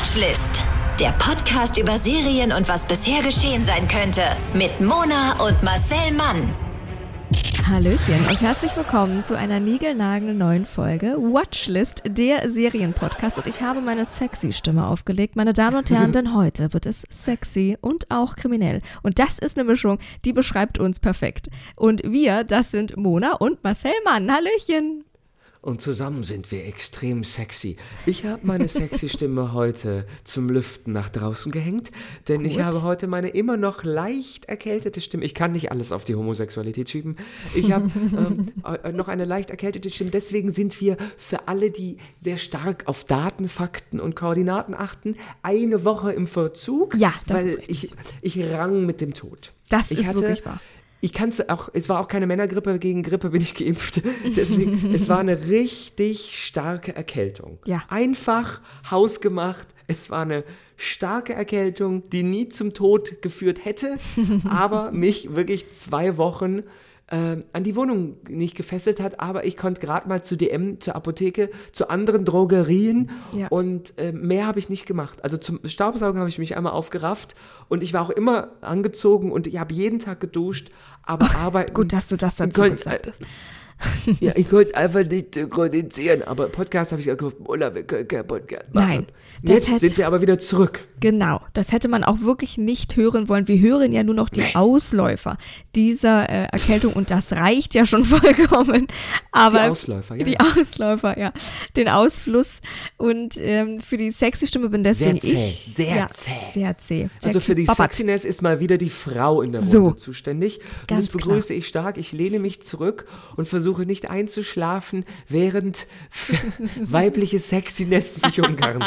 Watchlist. Der Podcast über Serien und was bisher geschehen sein könnte. Mit Mona und Marcel Mann. Hallöchen und herzlich willkommen zu einer niegelnagelneuen Folge Watchlist, der Serienpodcast. Und ich habe meine sexy Stimme aufgelegt, meine Damen und Herren, denn heute wird es sexy und auch kriminell. Und das ist eine Mischung, die beschreibt uns perfekt. Und wir, das sind Mona und Marcel Mann. Hallöchen! Und zusammen sind wir extrem sexy. Ich habe meine sexy Stimme heute zum Lüften nach draußen gehängt, denn Gut. ich habe heute meine immer noch leicht erkältete Stimme. Ich kann nicht alles auf die Homosexualität schieben. Ich habe noch eine leicht erkältete Stimme. Deswegen sind wir für alle, die sehr stark auf Daten, Fakten und Koordinaten achten, eine Woche im Verzug, Ja, das weil ist richtig. ich rang mit dem Tod. Das Ich ist hatte- wirklich wahr. Ich kann es auch, es war auch keine Männergrippe, gegen Grippe bin ich geimpft. Deswegen, es war eine richtig starke Erkältung. Ja. Einfach hausgemacht. Es war eine starke Erkältung, die nie zum Tod geführt hätte, aber mich wirklich 2 Wochen an die Wohnung nicht gefesselt hat. Aber ich konnte gerade mal zu DM, zur Apotheke, zu anderen Drogerien Ja. und mehr habe ich nicht gemacht. Also zum Staubsaugen habe ich mich einmal aufgerafft und ich war auch immer angezogen und ich habe jeden Tag geduscht, aber arbeiten... Gut, dass du das dazu konnte- gesagt hast. Ja, ich konnte einfach nicht synchronisieren, aber Podcast habe ich gesagt, oder wir können keinen Podcast machen. Nein, das Jetzt hätte- sind wir aber wieder zurück. Genau, das hätte man auch wirklich nicht hören wollen. Wir hören ja nur noch die Ausläufer dieser Erkältung und das reicht ja schon vollkommen. Aber Die Ausläufer, ja. Die Ausläufer, ja. Den Ausfluss und für die sexy Stimme bin deswegen Sehr zäh, ich. sehr ja, zäh. Sehr zäh. Also für die Babat. Sexiness ist mal wieder die Frau in der Runde So. zuständig. Und Ganz das begrüße ich stark. Ich lehne mich zurück und versuche nicht einzuschlafen, während weibliche Sexiness mich umgarnt.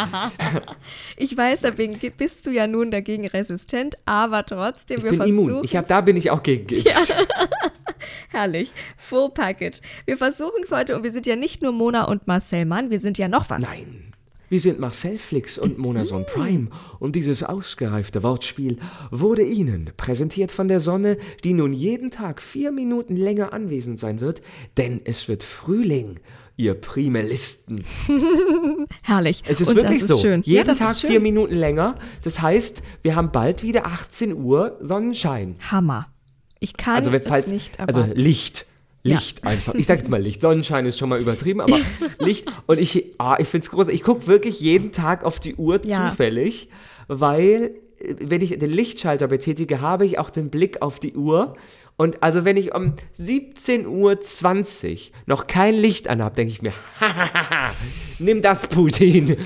Ich weiß, deswegen bist du ja nun dagegen resistent, aber trotzdem, Ich wir bin versuchen. immun. Da bin ich auch gegen geimpft. Herrlich. Full Package. Wir versuchen es heute und wir sind ja nicht nur Mona und Marcel Mann, wir sind ja noch was. Nein. Wir sind Marcel Flix und Monason Prime und dieses ausgereifte Wortspiel wurde Ihnen präsentiert von der Sonne, die nun jeden Tag 4 Minuten länger anwesend sein wird, denn es wird Frühling, ihr Primelisten. Herrlich. Es ist und wirklich das ist so, schön. jeden das Tag ist schön. 4 Minuten länger, das heißt, wir haben bald wieder 18 Uhr Sonnenschein. Hammer. Ich kann Also, wenn, es falls, nicht also erwarten. Licht einfach. Ich sag jetzt mal Licht. Sonnenschein ist schon mal übertrieben, aber Licht. Und ich finde es groß. Ich gucke wirklich jeden Tag auf die Uhr Ja. zufällig, weil, wenn ich den Lichtschalter betätige, habe ich auch den Blick auf die Uhr. Und also, wenn ich um 17:20 Uhr noch kein Licht anhabe, denke ich mir, nimm das, Putin.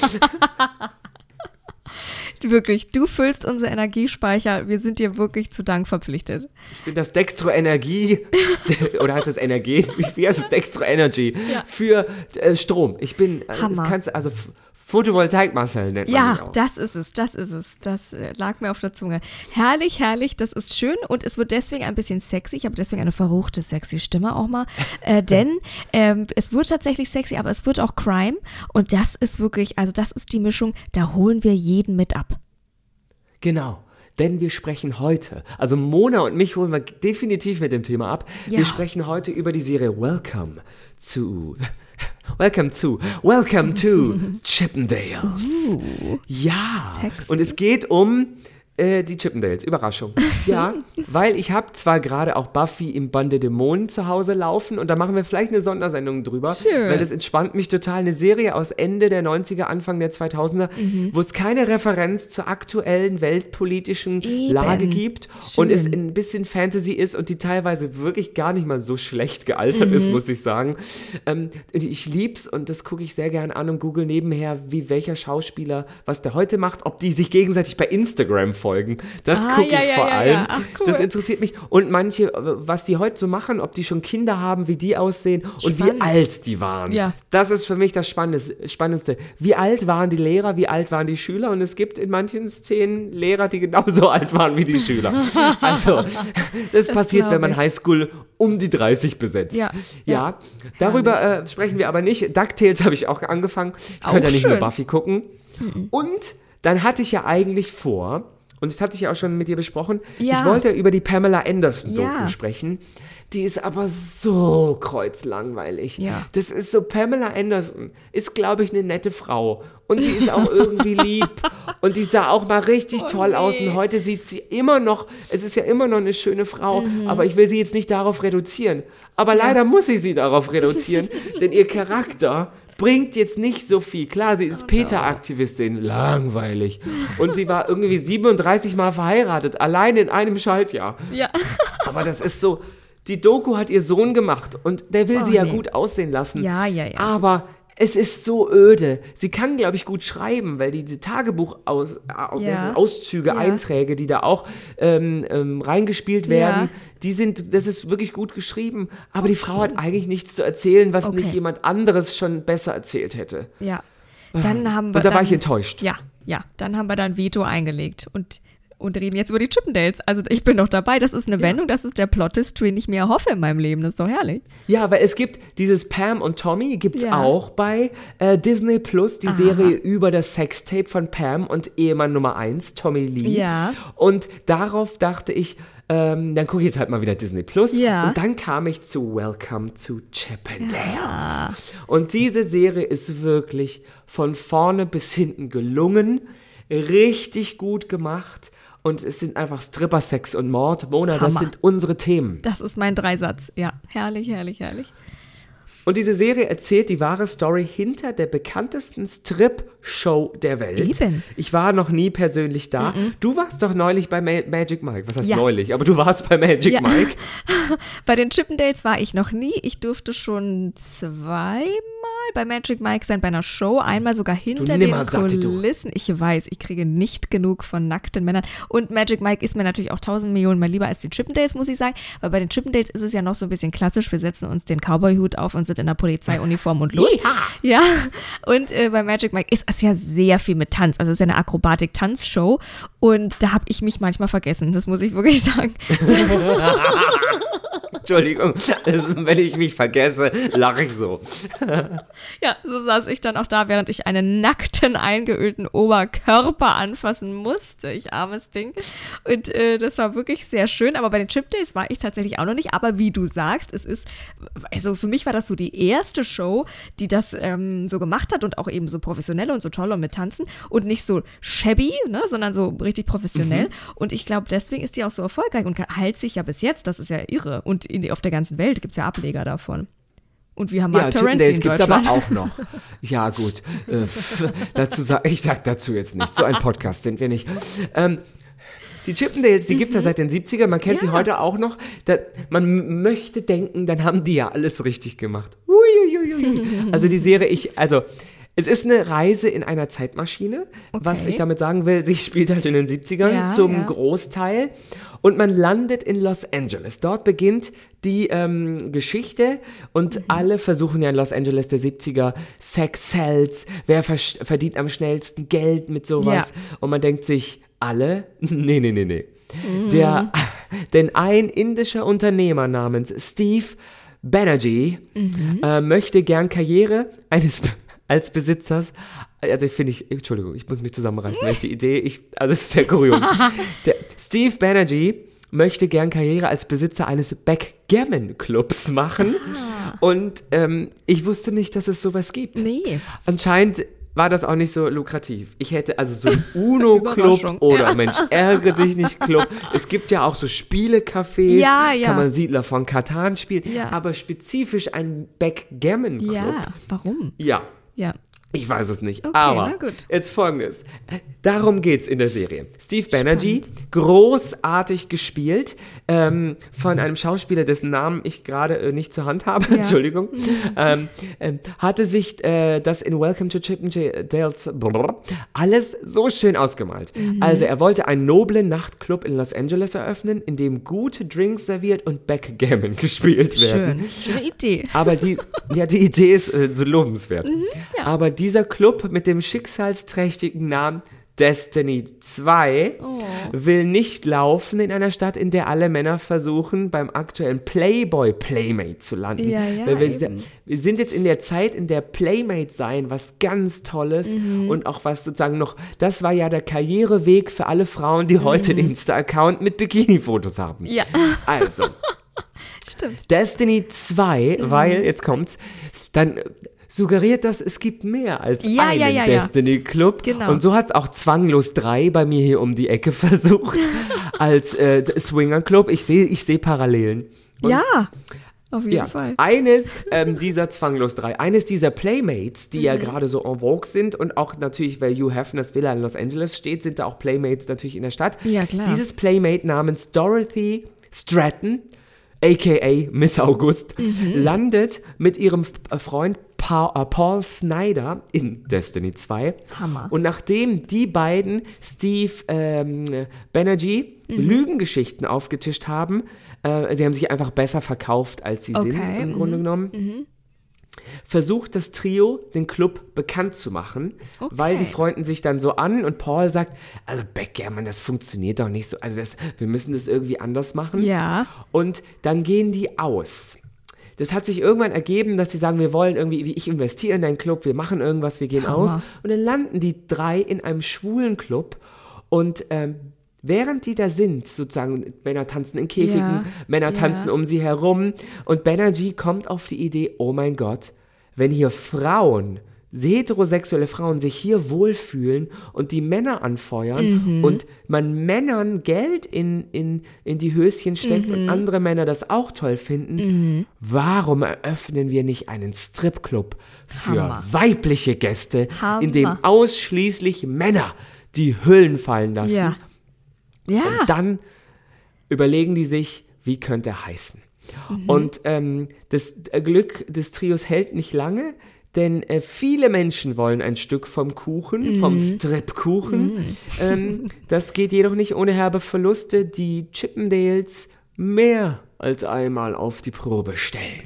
Wirklich, du füllst unsere Energiespeicher. Wir sind dir wirklich zu Dank verpflichtet. Ich bin das Dextro-Energie, oder heißt das Energie? Wie heißt das Dextro-Energy? Ja. Für Strom. Ich bin, Hammer. also Photovoltaik, Marcel nennt man mich Ja, auch. das ist es. Das lag mir auf der Zunge. Herrlich, herrlich, das ist schön und es wird deswegen ein bisschen sexy. Ich habe deswegen eine verruchte, sexy Stimme auch mal. Denn es wird tatsächlich sexy, aber es wird auch Crime und das ist wirklich, also das ist die Mischung, da holen wir jeden mit ab. Genau. Denn wir sprechen heute, also Mona und mich holen wir definitiv mit dem Thema ab. Ja. Wir sprechen heute über die Serie Welcome to Chippendales. Ja, Sexy. und es geht um die Chippendales. Überraschung. Ja, weil ich habe zwar gerade auch Buffy im Band der Dämonen zu Hause laufen und da machen wir vielleicht eine Sondersendung drüber, Schön. weil das entspannt mich total. Eine Serie aus Ende der 90er, Anfang der 2000er, wo es keine Referenz zur aktuellen weltpolitischen Eben. Lage gibt und es Schön. ein bisschen Fantasy ist und die teilweise wirklich gar nicht mal so schlecht gealtert ist, muss ich sagen. Ich lieb's und das gucke ich sehr gern an und google nebenher, wie welcher Schauspieler, was der heute macht, ob die sich gegenseitig bei Instagram folgen. Das gucke ich ja, vor ja, allem. ja. Ach, cool. Das interessiert mich. Und manche, was die heute so machen, ob die schon Kinder haben, wie die aussehen und wie Spannend. alt die waren. Ja. Das ist für mich das Spannendste. Wie alt waren die Lehrer, wie alt waren die Schüler? Und es gibt in manchen Szenen Lehrer, die genauso alt waren wie die Schüler. Also, das passiert, glaub wenn man ich. Highschool um die 30 besetzt. Ja. Ja. Darüber sprechen wir aber nicht. DuckTales habe ich auch angefangen. Ich Auch könnte ja nicht nur schön. Buffy gucken. Und dann hatte ich ja eigentlich vor, und das hatte ich ja auch schon mit dir besprochen, Ja. ich wollte über die Pamela Anderson-Doku Ja. sprechen, Die ist aber so kreuzlangweilig. Ja. Das ist so, Pamela Anderson ist, glaube ich, eine nette Frau. Und die ist auch irgendwie lieb. Und die sah auch mal richtig toll aus. Und heute sieht sie immer noch, es ist ja immer noch eine schöne Frau, aber ich will sie jetzt nicht darauf reduzieren. Aber leider muss ich sie darauf reduzieren, denn ihr Charakter bringt jetzt nicht so viel. Klar, sie ist PETA-Aktivistin, langweilig. Und sie war irgendwie 37 Mal verheiratet, allein in einem Schaltjahr. Ja. Aber das ist so, die Doku hat ihr Sohn gemacht und der will sie ja gut aussehen lassen. Ja. Aber es ist so öde. Sie kann, glaube ich, gut schreiben, weil diese Tagebuchauszüge, Einträge, die da auch reingespielt werden, das ist wirklich gut geschrieben. Aber die Frau hat eigentlich nichts zu erzählen, was nicht jemand anderes schon besser erzählt hätte. Ja. Dann haben wir und da war ich enttäuscht. Ja. Dann haben wir dann Veto eingelegt und reden jetzt über die Chippendales. Also ich bin noch dabei. Das ist eine Wendung, das ist der Plot-Twist, den ich mir erhoffe in meinem Leben. Das ist doch herrlich. Ja, weil es gibt dieses Pam und Tommy, gibt es auch bei Disney Plus, die Serie über das Sextape von Pam und Ehemann Nummer 1, Tommy Lee. Ja. Und darauf dachte ich, dann gucke ich jetzt halt mal wieder Disney Plus. Ja. Und dann kam ich zu Welcome to Chippendales. Ja. Und diese Serie ist wirklich von vorne bis hinten gelungen, richtig gut gemacht. Und es sind einfach Stripper, Sex und Mord. Mona, das sind unsere Themen. Das ist mein Dreisatz. Ja, herrlich. Und diese Serie erzählt die wahre Story hinter der bekanntesten Strip-Show der Welt. Eben. Ich war noch nie persönlich da. Du warst doch neulich bei Magic Mike. Was heißt neulich? Aber du warst bei Magic Mike. Bei den Chippendales war ich noch nie. Ich durfte schon zweimal bei Magic Mike sein, bei einer Show. Einmal sogar hinter den Kulissen. Ich weiß, ich kriege nicht genug von nackten Männern. Und Magic Mike ist mir natürlich auch 1000 Millionen mal lieber als die Chippendales, muss ich sagen. Weil bei den Chippendales ist es ja noch so ein bisschen klassisch. Wir setzen uns den Cowboy-Hut auf und sind in der Polizeiuniform und los. Ja. Und bei Magic Mike ist es ja sehr viel mit Tanz. Also es ist ja eine Akrobatik-Tanzshow. Und da habe ich mich manchmal vergessen. Das muss ich wirklich sagen. Entschuldigung, wenn ich mich vergesse, lache ich so. Ja, so saß ich dann auch da, während ich einen nackten, eingeölten Oberkörper anfassen musste. Ich armes Ding. Und das war wirklich sehr schön. Aber bei den Chippendales war ich tatsächlich auch noch nicht. Aber wie du sagst, also für mich war das so die erste Show, die das so gemacht hat und auch eben so professionell und so toll und mit Tanzen und nicht so shabby, ne, sondern so richtig professionell. Und ich glaube, deswegen ist die auch so erfolgreich und hält sich ja bis jetzt. Das ist ja irre. Und auf der ganzen Welt gibt es ja Ableger davon. Und wir haben Mark Terenzi in Deutschland. Gibt es aber auch noch. Ja, gut. Ich sag dazu jetzt nichts. So ein Podcast sind wir nicht. Die Chippendales, die gibt es ja seit den 70ern. Man kennt sie heute auch noch. Man möchte denken, dann haben die ja alles richtig gemacht. Also die Serie, es ist eine Reise in einer Zeitmaschine. Okay. Was ich damit sagen will, sie spielt halt in den 70ern zum Großteil. Und man landet in Los Angeles. Dort beginnt die Geschichte und alle versuchen ja in Los Angeles der 70er Sex sells, wer verdient am schnellsten Geld mit sowas. Ja. Und man denkt sich, alle? Nee. Denn ein indischer Unternehmer namens Steve Banerjee möchte gern Karriere als Besitzers, Entschuldigung, ich muss mich zusammenreißen, weil ich die Idee, es ist sehr kurios. Der Steve Banerjee möchte gern Karriere als Besitzer eines Backgammon-Clubs machen. Und ich wusste nicht, dass es sowas gibt. Nee. Anscheinend war das auch nicht so lukrativ. Ich hätte so einen Uno-Club oder Mensch, ärgere dich nicht Club. Es gibt ja auch so Spielecafés, kann man Siedler von Catan spielen, aber spezifisch einen Backgammon-Club. Ja, warum? Ja. Ich weiß es nicht, aber jetzt Folgendes. Darum geht's in der Serie. Steve Banerjee, großartig gespielt von einem Schauspieler, dessen Namen ich gerade nicht zur Hand habe, Entschuldigung, hatte sich das in Welcome to Chippendales alles so schön ausgemalt. Also er wollte einen noblen Nachtclub in Los Angeles eröffnen, in dem gute Drinks serviert und Backgammon gespielt werden. Schöne Idee. Aber die Idee ist so lobenswert. Aber dieser Club mit dem schicksalsträchtigen Namen Destiny 2 will nicht laufen in einer Stadt, in der alle Männer versuchen, beim aktuellen Playboy Playmate zu landen. Weil wir sind jetzt in der Zeit, in der Playmate sein was ganz Tolles und auch was sozusagen noch, das war ja der Karriereweg für alle Frauen, die heute den Insta-Account mit Bikini-Fotos haben. Ja. Also, Stimmt. Destiny 2, weil, jetzt kommt's, dann suggeriert das, es gibt mehr als einen Destiny-Club. Genau. Und so hat es auch Zwanglos 3 bei mir hier um die Ecke versucht, als Swinger-Club. Ich seh Parallelen. Und auf jeden Fall. Eines dieser Zwanglos 3, eines dieser Playmates, die ja gerade so en vogue sind und auch natürlich, weil Hugh Hefners Villa in Los Angeles steht, sind da auch Playmates natürlich in der Stadt. Ja, klar. Dieses Playmate namens Dorothy Stratton, a.k.a. Miss August, landet mit ihrem Freund Paul Snyder in Destiny 2. Hammer. Und nachdem die beiden Steve Banerjee Lügengeschichten aufgetischt haben, sie haben sich einfach besser verkauft, als sie sind, im Grunde genommen, versucht das Trio, den Club bekannt zu machen, weil die freunden sich dann so an und Paul sagt, also Backgammon, das funktioniert doch nicht so, also wir müssen das irgendwie anders machen. Ja. Und dann gehen die aus. Das hat sich irgendwann ergeben, dass sie sagen, wir wollen irgendwie, ich investiere in deinen Club, wir machen irgendwas, wir gehen aus. Und dann landen die 3 in einem schwulen Club und während die da sind, sozusagen, Männer tanzen in Käfigen, Männer tanzen um sie herum und Banerjee kommt auf die Idee, oh mein Gott, wenn hier Frauen, heterosexuelle Frauen sich hier wohlfühlen und die Männer anfeuern und man Männern Geld in die Höschen steckt und andere Männer das auch toll finden, warum eröffnen wir nicht einen Stripclub für weibliche Gäste, in dem ausschließlich Männer die Hüllen fallen lassen? Ja. Und dann überlegen die sich, wie könnte er heißen? Und das Glück des Trios hält nicht lange, denn viele Menschen wollen ein Stück vom Kuchen, vom Stripkuchen. Das geht jedoch nicht ohne herbe Verluste, die Chippendales mehr als einmal auf die Probe stellen.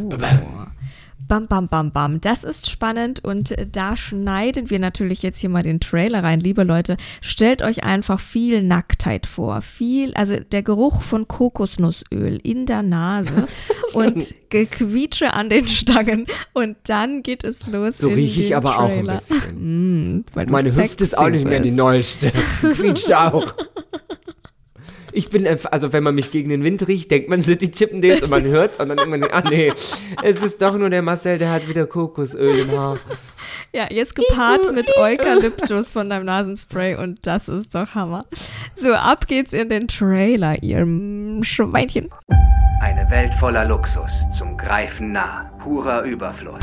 Bam, bam, bam, bam. Das ist spannend und da schneiden wir natürlich jetzt hier mal den Trailer rein. Liebe Leute, stellt euch einfach viel Nacktheit vor. Also der Geruch von Kokosnussöl in der Nase und Gequietsche an den Stangen und dann geht es los. So rieche ich aber Trailer. auch ein bisschen. Meine Hüfte ist auch nicht mehr die neueste. Quietscht auch. Ich bin, also wenn man mich gegen den Wind riecht, denkt man, es sind die Chippendales und man hört und dann denkt man sich, nee, es ist doch nur der Marcel, der hat wieder Kokosöl im Haar. Ja, jetzt gepaart mit Eukalyptus von deinem Nasenspray und das ist doch Hammer. So, ab geht's in den Trailer, ihr Schweinchen. Eine Welt voller Luxus, zum Greifen nah, purer Überfluss.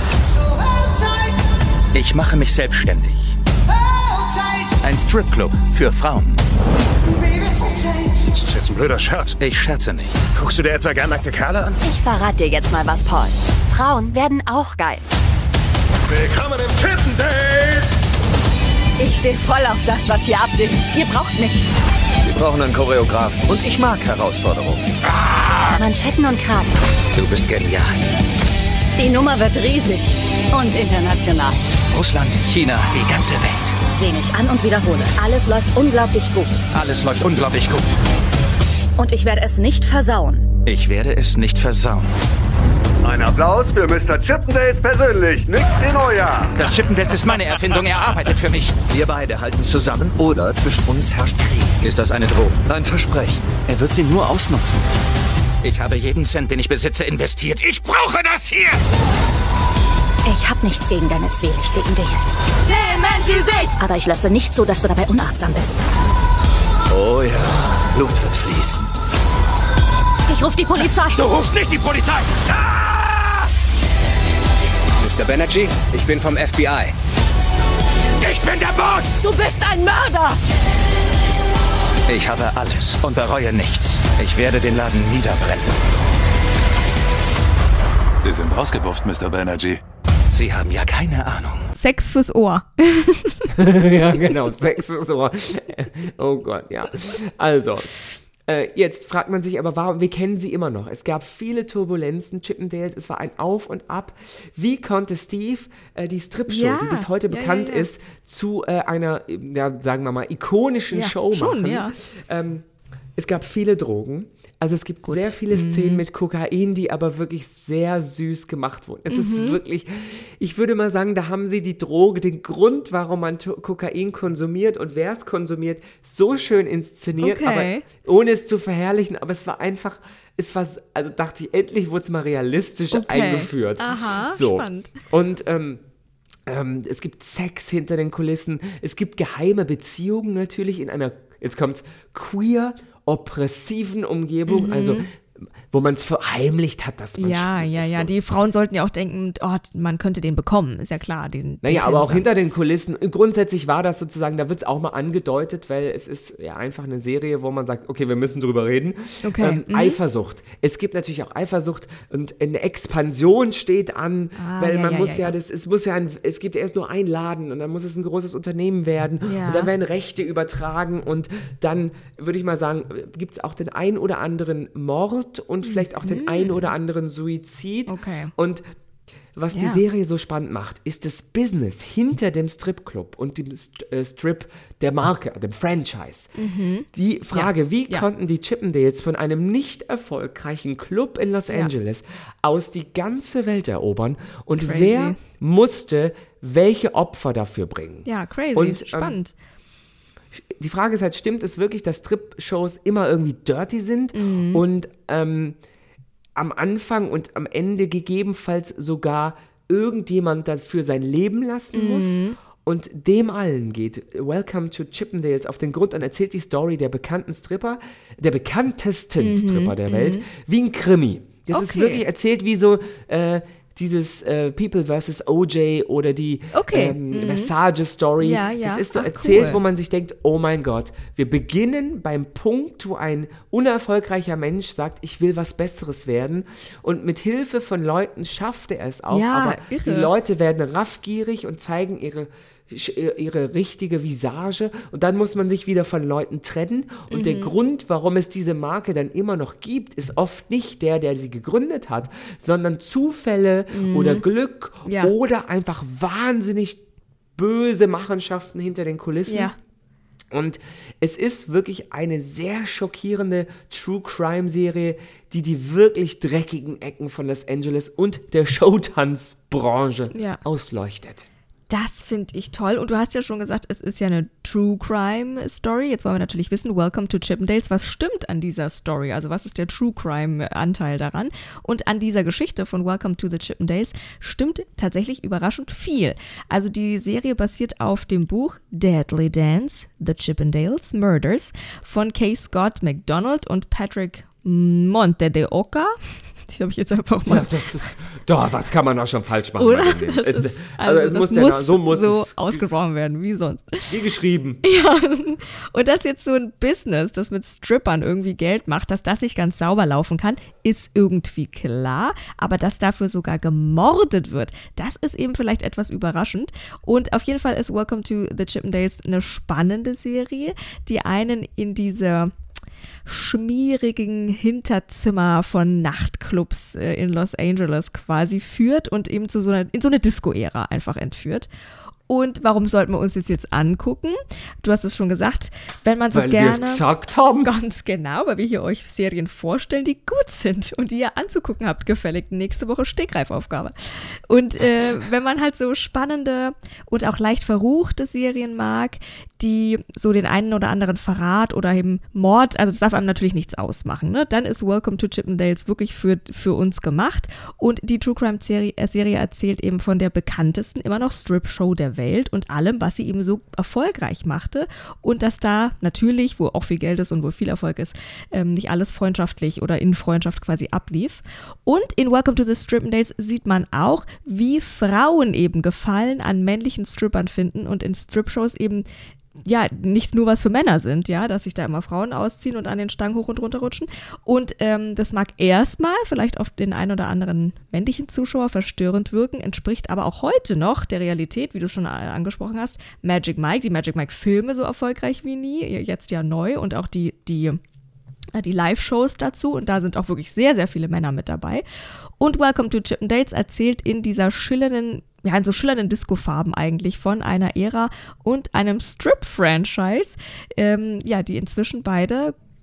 Ich mache mich selbstständig. Ein Stripclub für Frauen. Das ist jetzt ein blöder Scherz. Ich scherze nicht. Guckst du dir etwa gern nackte Kerle an? Ich verrate dir jetzt mal was, Paul. Frauen werden auch geil. Willkommen im Chippendales! Ich stehe voll auf das, was hier abgeht. Ihr braucht mich. Sie brauchen einen Choreografen. Und ich mag Herausforderungen. Manschetten und Kragen. Du bist genial. Die Nummer wird riesig und international. Russland, China, die ganze Welt. Seh mich an und wiederhole. Alles läuft unglaublich gut. Alles läuft unglaublich gut. Und ich werde es nicht versauen. Ich werde es nicht versauen. Ein Applaus für Mr. Chippendales persönlich. Nichts in Neujahr. Das Chippendales ist meine Erfindung. Er arbeitet für mich. Wir beide halten zusammen oder zwischen uns herrscht Krieg. Ist das eine Drohung? Ein Versprechen. Er wird sie nur ausnutzen. Ich habe jeden Cent, den ich besitze, investiert. Ich brauche das hier! Ich hab nichts gegen deine zwielichtigen Deals. Aber ich lasse nicht zu, dass du dabei unachtsam bist. Oh ja, Blut wird fließen. Ich ruf die Polizei. Du rufst nicht die Polizei! Ah! Mr. Banerjee, ich bin vom FBI. Ich bin der Boss! Du bist ein Mörder! Ich habe alles und bereue nichts. Ich werde den Laden niederbrennen. Sie sind rausgebufft, Mr. Banerjee. Sie haben ja keine Ahnung. Sex fürs Ohr. Ja, genau, Sex fürs Ohr. Oh Gott, ja. Also, jetzt fragt man sich aber, warum, wir kennen sie immer noch. Es gab viele Turbulenzen, Chippendales, es war ein Auf und Ab. Wie konnte Steve die Strip-Show, die bis heute bekannt ist, zu einer, sagen wir mal, ikonischen Show machen? Ja. Es gab viele Drogen. Also es gibt sehr viele Szenen mit Kokain, die aber wirklich sehr süß gemacht wurden. Es ist wirklich, ich würde mal sagen, da haben sie die Droge, den Grund, warum man Kokain konsumiert und wer es konsumiert, so schön inszeniert, aber ohne es zu verherrlichen. Aber es war einfach, also dachte ich, endlich wurde es mal realistisch eingeführt. Aha, so. Spannend. Und es gibt Sex hinter den Kulissen, es gibt geheime Beziehungen natürlich in einer, jetzt kommt's, queer, oppressiven Umgebung, also wo man es verheimlicht hat, dass man schwul ist. Ja, die Frauen sollten ja auch denken, man könnte den bekommen, ist ja klar. Naja, aber auch hinter den Kulissen, grundsätzlich war das sozusagen, da wird es auch mal angedeutet, weil es ist ja einfach eine Serie, wo man sagt, okay, wir müssen drüber reden. Okay. Eifersucht. Es gibt natürlich auch Eifersucht und eine Expansion steht an, weil man muss es gibt erst nur einen Laden und dann muss es ein großes Unternehmen werden und dann werden Rechte übertragen und dann, würde ich mal sagen, gibt es auch den ein oder anderen Mord und vielleicht auch den ein oder anderen Suizid. Okay. Und was die Serie so spannend macht, ist das Business hinter dem Stripclub und dem Strip der Marke, dem Franchise. Die Frage, wie konnten die Chippendales von einem nicht erfolgreichen Club in Los Angeles aus die ganze Welt erobern und wer musste welche Opfer dafür bringen? Ja, crazy, und, spannend. Die Frage ist halt, stimmt es wirklich, dass Strip-Shows immer irgendwie dirty sind und am Anfang und am Ende gegebenenfalls sogar irgendjemand dafür sein Leben lassen muss? Und dem allen geht Welcome to Chippendales auf den Grund und erzählt die Story der bekanntesten Stripper der Welt, wie ein Krimi. Das ist wirklich erzählt wie so dieses People vs. O.J. oder die Versace-Story. Das ist so erzählt, wo man sich denkt, oh mein Gott, wir beginnen beim Punkt, wo ein unerfolgreicher Mensch sagt, ich will was Besseres werden und mit Hilfe von Leuten schafft er es auch, aber die Leute werden raffgierig und zeigen ihre richtige Visage und dann muss man sich wieder von Leuten trennen und der Grund, warum es diese Marke dann immer noch gibt, ist oft nicht der sie gegründet hat, sondern Zufälle oder Glück oder einfach wahnsinnig böse Machenschaften hinter den Kulissen. Ja. Und es ist wirklich eine sehr schockierende True-Crime-Serie, die wirklich dreckigen Ecken von Los Angeles und der Showtanzbranche ausleuchtet. Das finde ich toll. Und du hast ja schon gesagt, es ist ja eine True Crime Story. Jetzt wollen wir natürlich wissen, Welcome to Chippendales, was stimmt an dieser Story? Also was ist der True Crime Anteil daran? Und an dieser Geschichte von Welcome to the Chippendales stimmt tatsächlich überraschend viel. Also die Serie basiert auf dem Buch Deadly Dance, The Chippendales Murders von K. Scott McDonald und Patrick Monte de Oca. Das habe ich jetzt einfach mal. Ja, was kann man auch schon falsch machen? Oder? Es muss so ausgesprochen werden, wie sonst. Wie geschrieben. Ja, und dass jetzt so ein Business, das mit Strippern irgendwie Geld macht, dass das nicht ganz sauber laufen kann, ist irgendwie klar. Aber dass dafür sogar gemordet wird, das ist eben vielleicht etwas überraschend. Und auf jeden Fall ist Welcome to the Chippendales eine spannende Serie, die einen in diese schmierigen Hinterzimmer von Nachtclubs in Los Angeles quasi führt und eben in so eine Disco-Ära einfach entführt. Und warum sollten wir uns das jetzt angucken? Du hast es schon gesagt, wenn man so weil gerne... Weil wir es gesagt haben. Ganz genau, weil wir hier euch Serien vorstellen, die gut sind und die ihr anzugucken habt, gefällig. Nächste Woche Stegreifaufgabe. Und wenn man halt so spannende und auch leicht verruchte Serien mag, die so den einen oder anderen Verrat oder eben Mord, also das darf einem natürlich nichts ausmachen, ne? Dann ist Welcome to Chippendales wirklich für uns gemacht. Und die True Crime Serie erzählt eben von der bekanntesten, immer noch Strip-Show der Welt und allem, was sie eben so erfolgreich machte. Und dass da natürlich, wo auch viel Geld ist und wo viel Erfolg ist, nicht alles freundschaftlich oder in Freundschaft quasi ablief. Und in Welcome to the Chippendales sieht man auch, wie Frauen eben Gefallen an männlichen Strippern finden und in Strip-Shows eben ja, nicht nur was für Männer sind, ja, dass sich da immer Frauen ausziehen und an den Stangen hoch und runter rutschen. Und das mag erstmal vielleicht auf den einen oder anderen männlichen Zuschauer verstörend wirken, entspricht aber auch heute noch der Realität, wie du schon angesprochen hast. Magic Mike, die Magic Mike-Filme so erfolgreich wie nie, jetzt ja neu und auch die Live-Shows dazu und da sind auch wirklich sehr, sehr viele Männer mit dabei. Und Welcome to Chippendales erzählt in so schillernden Disco-Farben eigentlich von einer Ära und einem Strip-Franchise, die inzwischen beide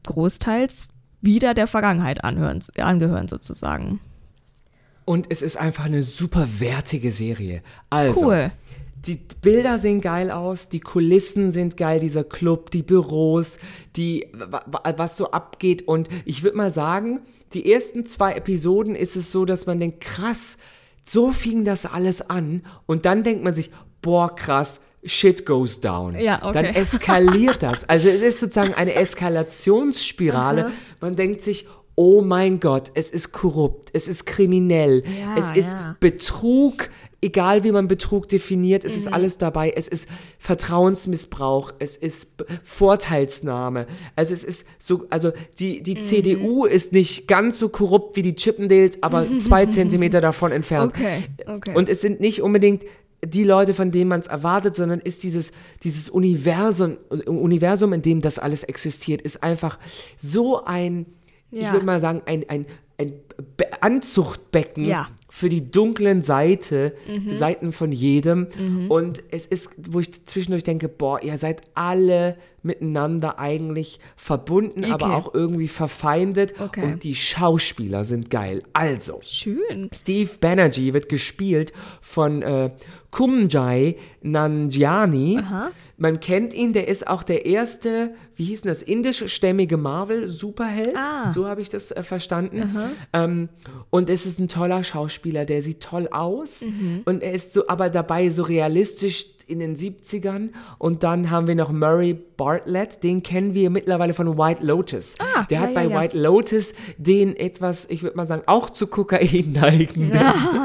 großteils wieder der Vergangenheit angehören sozusagen. Und es ist einfach eine super wertige Serie. Also, cool. Die Bilder sehen geil aus, die Kulissen sind geil, dieser Club, die Büros, was so abgeht. Und ich würde mal sagen, die ersten 2 Episoden ist es so, dass man denkt, krass, so fing das alles an. Und dann denkt man sich, boah, krass, shit goes down. Ja, okay. Dann eskaliert das. Also es ist sozusagen eine Eskalationsspirale. Man denkt sich, oh mein Gott, es ist korrupt, es ist kriminell, es ist Betrug, egal wie man Betrug definiert, es ist alles dabei, es ist Vertrauensmissbrauch, es ist Vorteilsnahme, also es ist so, also die CDU ist nicht ganz so korrupt wie die Chippendales, aber 2 Zentimeter davon entfernt. Okay. Und es sind nicht unbedingt die Leute, von denen man es erwartet, sondern ist dieses Universum, in dem das alles existiert, ist einfach so ein, ich würde mal sagen, ein Anzuchtbecken für die dunklen Seiten von jedem. Und es ist, wo ich zwischendurch denke, boah, ihr seid alle miteinander eigentlich verbunden, aber auch irgendwie verfeindet. Und die Schauspieler sind geil. Also, schön. Steve Banerjee wird gespielt von Kumjai Nanjiani. Man kennt ihn, der ist auch der erste, wie hieß denn das, indischstämmige Marvel-Superheld. So habe ich das verstanden. Und es ist ein toller Schauspieler, der sieht toll aus. Und er ist so, aber dabei so realistisch in den 70ern. Und dann haben wir noch Murray Bartlett, den kennen wir mittlerweile von White Lotus. Der hat bei White Lotus den etwas, ich würde mal sagen, auch zu Kokain neigenden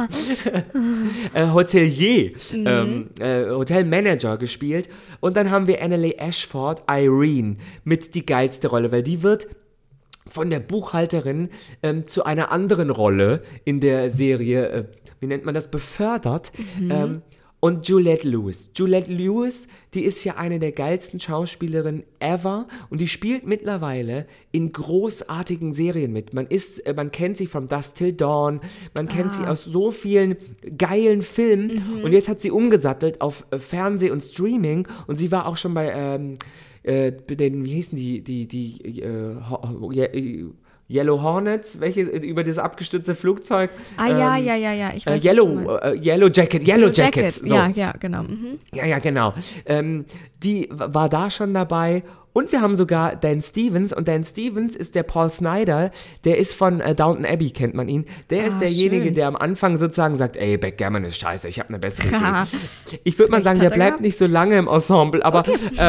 Hotelier, Hotelmanager gespielt. Und dann haben wir Annalay Ashford, Irene, mit die geilste Rolle, weil die wird von der Buchhalterin zu einer anderen Rolle in der Serie, wie nennt man das, befördert. Und Juliette Lewis. Juliette Lewis, die ist ja eine der geilsten Schauspielerinnen ever und die spielt mittlerweile in großartigen Serien mit. Man kennt sie from Dusk Till Dawn, man kennt sie aus so vielen geilen Filmen und jetzt hat sie umgesattelt auf Fernseh und Streaming und sie war auch schon bei wie hießen die Yellow Hornets, welche über das abgestürzte Flugzeug. Ja. Ich weiß, Yellow Jackets. So. Ja, genau. Ja, genau. Die war da schon dabei. Und wir haben sogar Dan Stevens. Und Dan Stevens ist der Paul Snider. Der ist von Downton Abbey, kennt man ihn. Der ist derjenige, der am Anfang sozusagen sagt, ey, Backgammon ist scheiße, ich habe eine bessere Idee. Ich würde mal sagen, der bleibt nicht so lange im Ensemble. Aber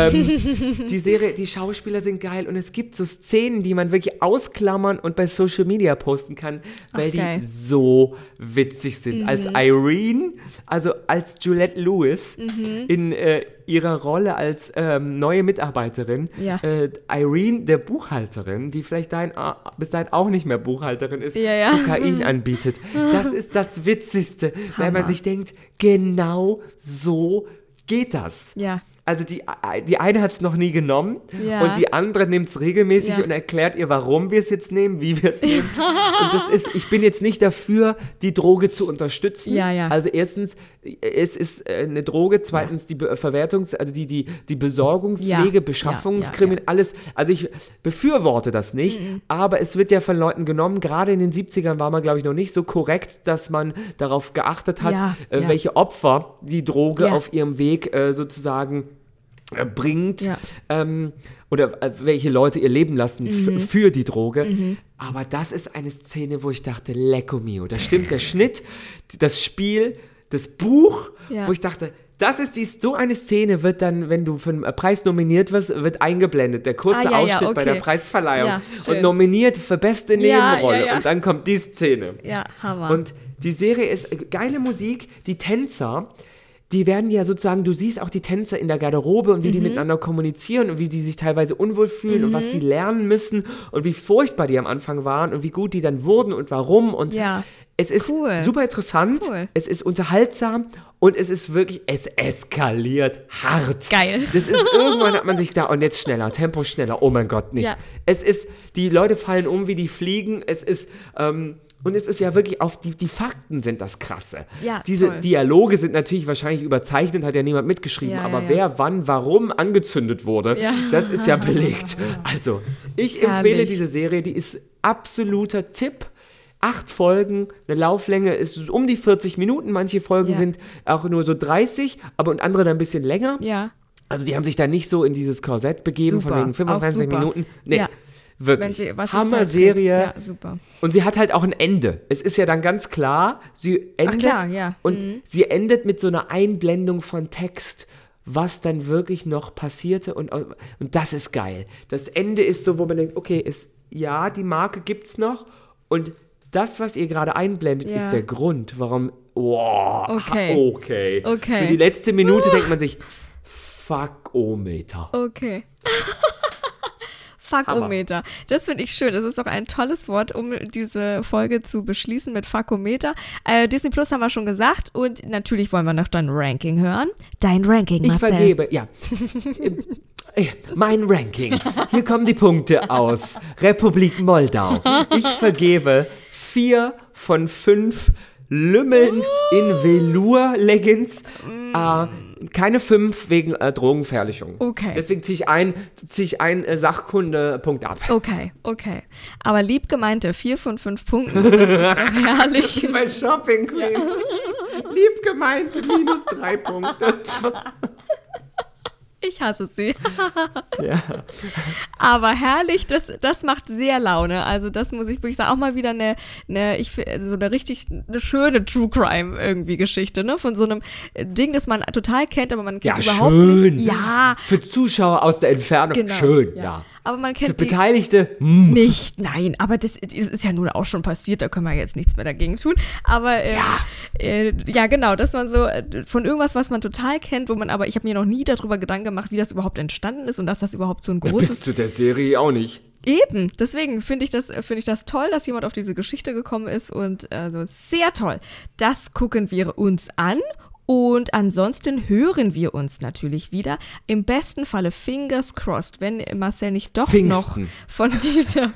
die Serie, die Schauspieler sind geil. Und es gibt so Szenen, die man wirklich ausklammern und bei Social Media posten kann, weil die so witzig sind. Als Irene, also als Juliette Lewis in ihrer Rolle als neue Mitarbeiterin, Irene, der Buchhalterin, die vielleicht bis dahin auch nicht mehr Buchhalterin ist, Kokain anbietet. Das ist das Witzigste, weil man sich denkt, genau so geht das. Ja. Also die eine hat es noch nie genommen und die andere nimmt es regelmäßig und erklärt ihr, warum wir es jetzt nehmen, wie wir es nehmen. Und ich bin jetzt nicht dafür, die Droge zu unterstützen. Also erstens, es ist eine Droge, zweitens die die Besorgungswege, Beschaffungskriminalität, alles. Also ich befürworte das nicht, aber es wird ja von Leuten genommen. Gerade in den 70ern war man, glaube ich, noch nicht so korrekt, dass man darauf geachtet hat, welche Opfer die Droge auf ihrem Weg sozusagen bringt oder welche Leute ihr Leben lassen für die Droge. Aber das ist eine Szene, wo ich dachte, lecco mio, da stimmt der Schnitt, das Spiel, das Buch, wo ich dachte, das ist so eine Szene wird dann, wenn du für einen Preis nominiert wirst, wird eingeblendet, der kurze Ausschnitt bei der Preisverleihung und nominiert für beste Nebenrolle und dann kommt die Szene. Ja, Hammer. Und die Serie ist geile Musik, die Tänzer, die werden ja sozusagen, du siehst auch die Tänzer in der Garderobe und wie die miteinander kommunizieren und wie die sich teilweise unwohl fühlen und was sie lernen müssen und wie furchtbar die am Anfang waren und wie gut die dann wurden und warum. Und es ist super interessant, es ist unterhaltsam und es ist wirklich, es eskaliert hart. Geil. Das ist, irgendwann hat man sich gedacht, und jetzt schneller, Tempo schneller, oh mein Gott, nicht. Ja. Es ist, die Leute fallen um wie die Fliegen, es ist, und es ist ja wirklich, die Fakten sind das Krasse. Ja, diese toll. Dialoge sind natürlich wahrscheinlich überzeichnet, hat ja niemand mitgeschrieben, aber wer, wann, warum angezündet wurde, das ist ja belegt. Also, Ich empfehle diese Serie, die ist absoluter Tipp. 8 Folgen, eine Lauflänge ist um die 40 Minuten. Manche Folgen sind auch nur so 30, aber und andere dann ein bisschen länger. Ja. Also die haben sich da nicht so in dieses Korsett begeben, von wegen 25 Minuten. Nee, wirklich. Hammer-Serie. Ja, super. Und sie hat halt auch ein Ende. Es ist ja dann ganz klar, sie endet und sie endet mit so einer Einblendung von Text, was dann wirklich noch passierte und das ist geil. Das Ende ist so, wo man denkt, okay, die Marke gibt's noch und das, was ihr gerade einblendet, ist der Grund, warum, okay. Für die letzte Minute denkt man sich, Fuck-O-Meter. Okay. Fuck-O-Meter. Das finde ich schön. Das ist auch ein tolles Wort, um diese Folge zu beschließen mit Fuck-O-Meter. Disney Plus haben wir schon gesagt und natürlich wollen wir noch dein Ranking hören. Dein Ranking, Marcel. Ich vergebe, mein Ranking. Hier kommen die Punkte aus Republik Moldau. Ich vergebe 4 von 5 Lümmeln in Velour-Leggings. Keine 5 wegen Drogenverherrlichung. Okay. Deswegen ziehe ich einen Sachkunde-Punkt ab. Okay. Aber lieb gemeinte 4 von 5 Punkten. Das ist doch herrlich. Bei Shopping Queen. Lieb gemeinte -3 Punkte. Ich hasse sie. Aber herrlich, das macht sehr Laune. Also das muss ich wirklich sagen, auch mal wieder eine schöne True Crime irgendwie Geschichte, ne? Von so einem Ding, das man total kennt, aber man kennt überhaupt schön. nicht. Ja, für Zuschauer aus der Entfernung. Genau. Schön, ja. Aber man kennt für Beteiligte nicht. Nein, aber das ist ja nun auch schon passiert, da können wir jetzt nichts mehr dagegen tun. Aber genau, dass man so von irgendwas, was man total kennt, aber ich habe mir noch nie darüber Gedanken gemacht, wie das überhaupt entstanden ist und dass das überhaupt so ein großes... Bis zu der Serie auch nicht. Eben, deswegen finde ich das toll, dass jemand auf diese Geschichte gekommen ist und also sehr toll. Das gucken wir uns an. Und ansonsten hören wir uns natürlich wieder. Im besten Falle fingers crossed, wenn Marcel nicht doch Pfingsten. noch von dieser...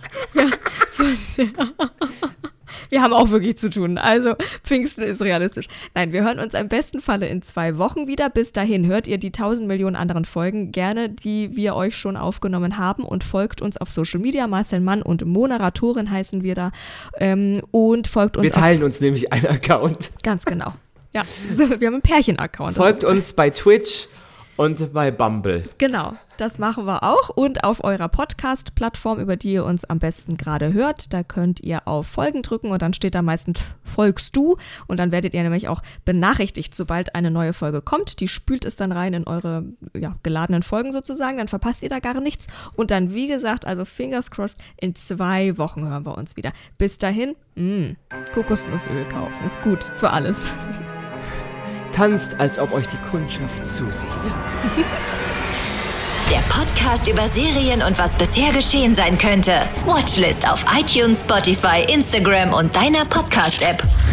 wir haben auch wirklich zu tun. Also Pfingsten ist realistisch. Nein, wir hören uns im besten Falle in 2 Wochen wieder. Bis dahin hört ihr die 1000 Millionen anderen Folgen gerne, die wir euch schon aufgenommen haben und folgt uns auf Social Media. Marcel Mann und Moderatorin heißen wir da. Und folgt uns. Wir teilen uns nämlich einen Account. Ganz genau. Ja, so, wir haben einen Pärchen-Account. Folgt uns bei Twitch und bei Bumble. Genau, das machen wir auch. Und auf eurer Podcast-Plattform, über die ihr uns am besten gerade hört, da könnt ihr auf Folgen drücken und dann steht da meistens folgst du. Und dann werdet ihr nämlich auch benachrichtigt, sobald eine neue Folge kommt. Die spült es dann rein in eure geladenen Folgen sozusagen. Dann verpasst ihr da gar nichts. Und dann, wie gesagt, also fingers crossed, in 2 Wochen hören wir uns wieder. Bis dahin, Kokosnussöl kaufen. Ist gut für alles. Tanzt, als ob euch die Kundschaft zusieht. Der Podcast über Serien und was bisher geschehen sein könnte. Watchlist auf iTunes, Spotify, Instagram und deiner Podcast-App.